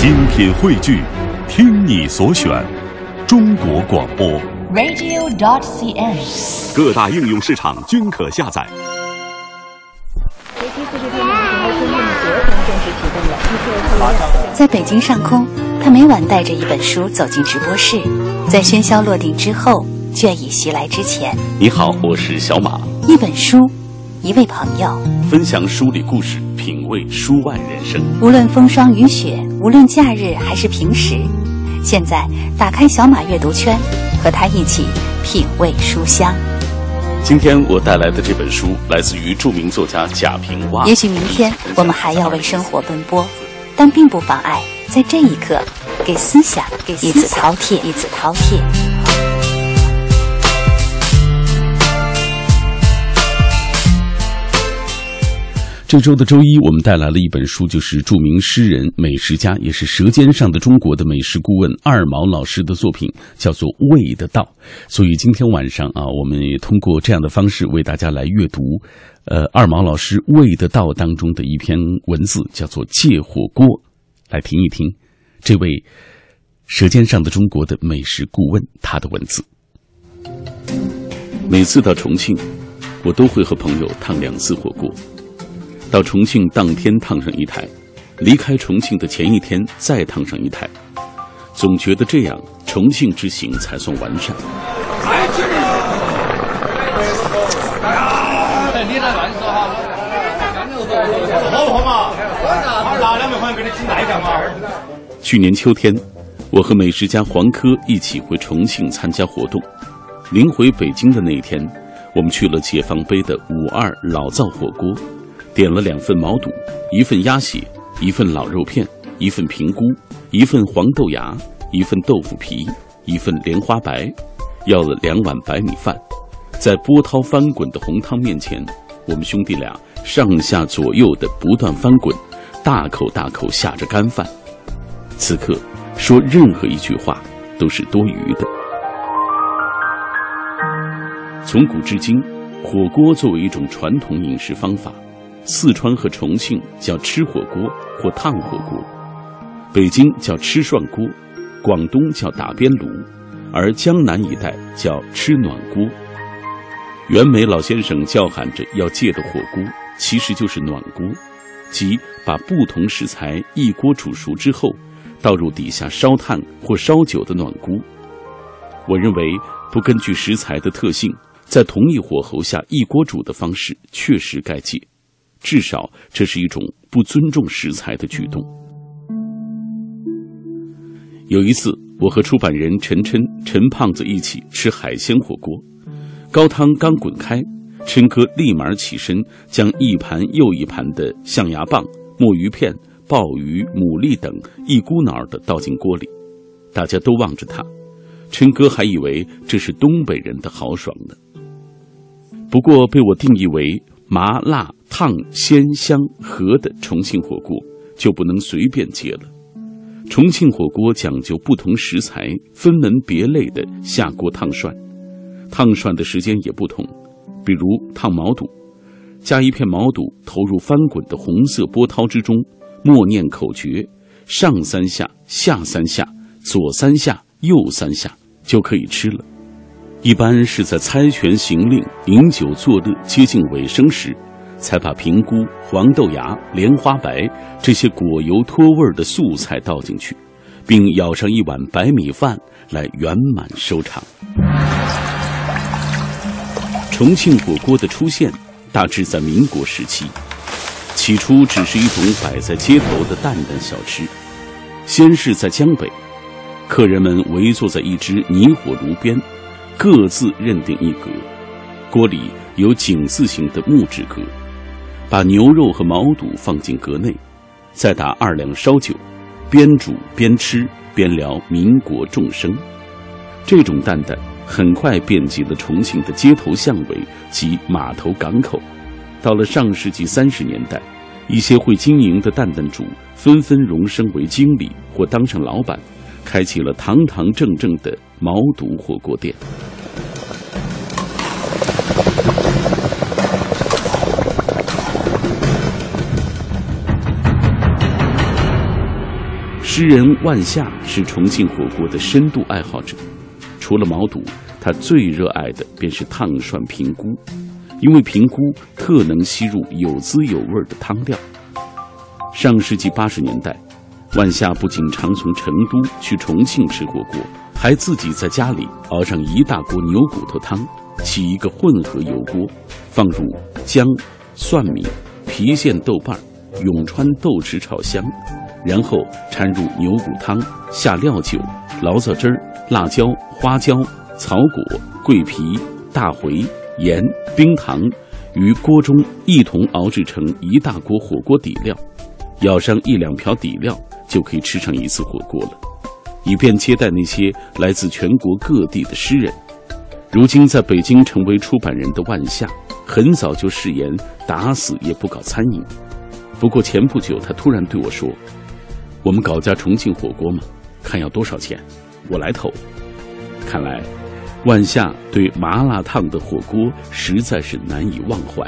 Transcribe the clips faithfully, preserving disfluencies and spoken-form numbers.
精品汇聚，听你所选，中国广播 radio dot c n， 各大应用市场均可下载。 在北京上空，他每晚带着一本书走进直播室，在喧嚣落定之后，倦意袭来之前。 你好，我是小马。 一本书，一位朋友， 分享书里故事，品味书外人生。 无论风霜雨雪，无论假日还是平时，现在打开小马阅读圈，和他一起品味书香。 今天我带来的这本书来自于著名作家贾平凹。 也许明天我们还要为生活奔波，但并不妨碍在这一刻给思想给一次饕餮，一次饕餮。 这周的周一，我们带来了一本书，就是著名诗人、美食家，也是《舌尖上的中国》的美食顾问二毛老师的作品，叫做《味的道》。所以今天晚上啊，我们也通过这样的方式为大家来阅读，呃，二毛老师《味的道》当中的一篇文字，叫做《借火锅》，来听一听这位《舌尖上的中国》的美食顾问他的文字。 每次到重庆，我都会和朋友烫两次火锅。到重庆当天烫上一台，离开重庆的前一天再烫上一台，总觉得这样重庆之行才算完善。 你来乱说哈，好不好嘛？拿两百块给你请代价嘛。 去年秋天，我和美食家黄科一起回重庆参加活动。临回北京的那一天，我们去了解放碑的五二老灶火锅。点了两份毛肚，一份鸭血，一份老肉片，一份平菇，一份黄豆芽，一份豆腐皮，一份莲花白，要了两碗白米饭。在波涛翻滚的红汤面前，我们兄弟俩上下左右的不断翻滚，大口大口下着干饭。此刻说任何一句话都是多余的。从古至今，火锅作为一种传统饮食方法，四川和重庆叫吃火锅或烫火锅，北京叫吃涮锅，广东叫打边炉，而江南一带叫吃暖锅。袁枚老先生叫喊着要戒的火锅，其实就是暖锅，即把不同食材一锅煮熟之后，倒入底下烧炭或烧酒的暖锅。我认为不根据食材的特性，在同一火候下一锅煮的方式确实该戒，至少这是一种不尊重食材的举动。有一次，我和出版人陈琛、陈胖子一起吃海鲜火锅，高汤刚滚开，琛哥立马起身，将一盘又一盘的象牙棒、墨鱼片、鲍鱼、牡蛎等一股脑的倒进锅里，大家都望着他。琛哥还以为这是东北人的豪爽呢。不过被我定义为麻辣烫鲜香和的重庆火锅就不能随便接了。重庆火锅讲究不同食材分门别类的下锅烫涮，烫涮的时间也不同。比如烫毛肚，加一片毛肚投入翻滚的红色波涛之中，默念口诀，上三下下三下左三下右三下就可以吃了。一般是在猜拳行令、饮酒作乐接近尾声时，才把平菇、黄豆芽、莲花白这些果油脱味的素菜倒进去，并舀上一碗白米饭来圆满收场。重庆火锅的出现大致在民国时期，起初只是一种摆在街头的淡淡小吃。先是在江北，客人们围坐在一只泥火炉边，各自认定一格，锅里有井字形的木质格，把牛肉和毛肚放进格内，再打二两烧酒，边煮边吃边聊民国众生。这种担担很快遍及了重庆的街头巷尾及码头港口。到了上世纪三十年代，一些会经营的担担主纷纷荣升为经理或当上老板，开启了堂堂正正的毛肚火锅店。 诗人万夏是重庆火锅的深度爱好者，除了毛肚，他最热爱的便是烫涮平菇，因为平菇特能吸入有滋有味的汤料。上世纪八十年代，万夏不仅常从成都去重庆吃火锅，还自己在家里熬上一大锅牛骨头汤，起一个混合油锅，放入姜、蒜米、郫县豆瓣、永川豆豉炒香，然后掺入牛骨汤，下料酒、醪糟汁儿、辣椒、花椒、草果、桂皮、大茴、盐、冰糖，于锅中一同熬制成一大锅火锅底料，舀上一两瓢底料，就可以吃上一次火锅了，以便接待那些来自全国各地的诗人。如今在北京成为出版人的万夏，很早就誓言打死也不搞餐饮。不过前不久他突然对我说，我们搞家重庆火锅嘛，看要多少钱，我来投。看来万夏对麻辣烫的火锅实在是难以忘怀。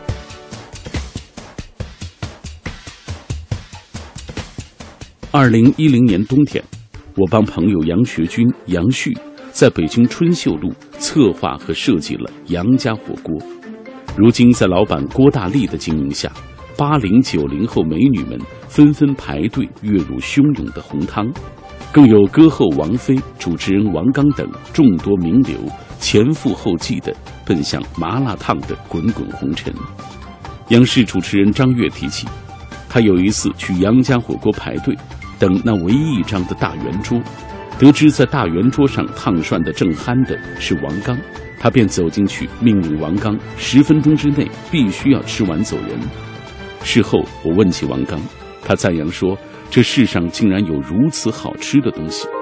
二零一零年冬天，我帮朋友杨学军、杨旭在北京春秀路策划和设计了杨家火锅。如今在老板郭大力的经营下，八零九零后美女们纷纷排队跃入汹涌的红汤，更有歌后王菲、主持人王刚等众多名流前赴后继地奔向麻辣烫的滚滚红尘。央视主持人张悦提起，他有一次去杨家火锅排队等那唯一一张的大圆桌，得知在大圆桌上烫涮的正酣的是王刚，他便走进去命令王刚十分钟之内必须要吃完走人。事后我问起王刚，他赞扬说，这世上竟然有如此好吃的东西。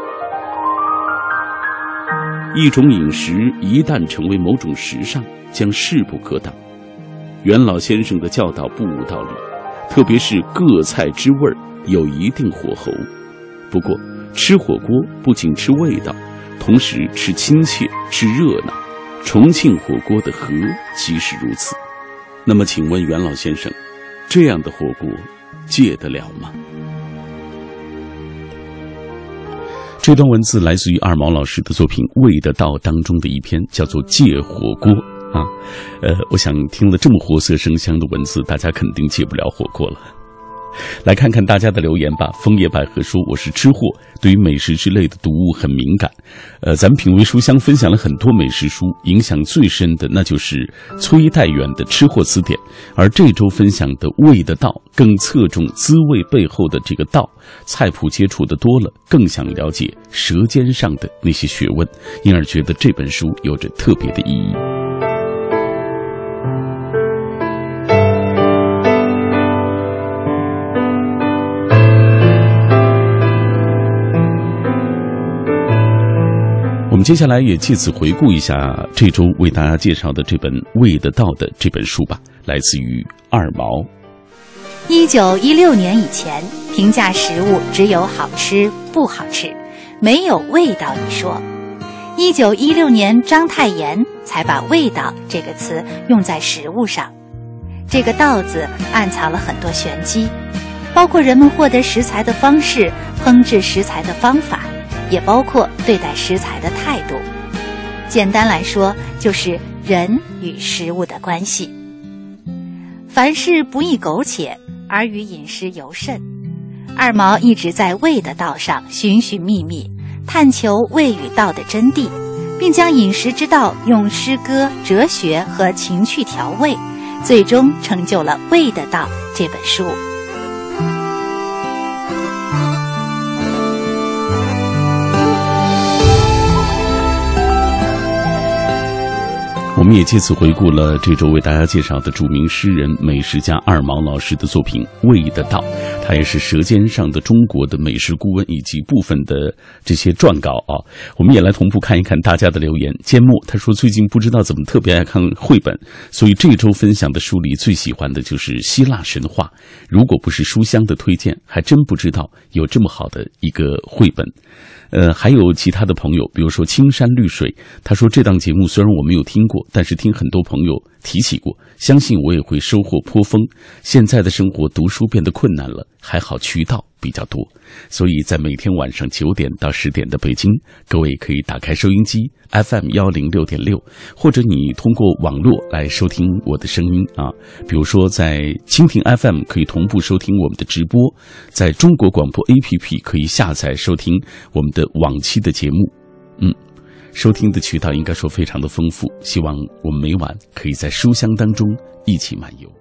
一种饮食一旦成为某种时尚，将势不可挡。袁老先生的教导不无道理，特别是各菜之味有一定火候。不过吃火锅不仅吃味道，同时吃亲切，吃热闹。重庆火锅的和即是如此。那么请问袁老先生，这样的火锅戒得了吗？ 这段文字来自于二毛老师的作品《味得道》当中的一篇，叫做《戒火锅》啊。呃，我想听了这么活色生香的文字，大家肯定戒不了火锅了。来看看大家的留言吧。枫叶百合说，我是吃货，对于美食之类的读物很敏感。呃，咱们品味书香分享了很多美食书，影响最深的那就是崔代远的吃货词典，而这周分享的味的道更侧重滋味背后的这个道。菜谱接触的多了，更想了解舌尖上的那些学问，因而觉得这本书有着特别的意义。我们接下来也借此回顾一下这周为大家介绍的这本《味得道》的这本书吧，来自于二毛。 一九一六年以前，评价食物只有好吃不好吃，没有味道一说。一九一六年，章太炎才把味道这个词用在食物上。这个道字暗藏了很多玄机，包括人们获得食材的方式、烹制食材的方法，也包括对待食材的态度。简单来说，就是人与食物的关系。凡事不宜苟且，而于饮食尤甚。二毛一直在味的道上寻寻觅觅，探求味与道的真谛，并将饮食之道用诗歌、哲学和情趣调味，最终成就了《味的道》这本书。 我们也借此回顾了这周为大家介绍的著名诗人、美食家二毛老师的作品《味的道》，他也是《舌尖上的中国》的美食顾问以及部分的这些撰稿啊。我们也来同步看一看大家的留言。缄默他说，最近不知道怎么特别爱看绘本，所以这周分享的书里最喜欢的就是希腊神话。如果不是书香的推荐，还真不知道有这么好的一个绘本。呃，还有其他的朋友，比如说青山绿水，他说这档节目虽然我没有听过，但但是听很多朋友提起过，相信我也会收获颇丰。现在的生活读书变得困难了，还好渠道比较多，所以在每天晚上九点到十点的北京，各位可以打开收音机 F M 一零六点六，或者你通过网络来收听我的声音啊。比如说在蜻蜓 F M 可以同步收听我们的直播，在中国广播 A P P 可以下载收听我们的往期的节目。嗯，收听的渠道应该说非常的丰富，希望我们每晚可以在书香当中一起漫游。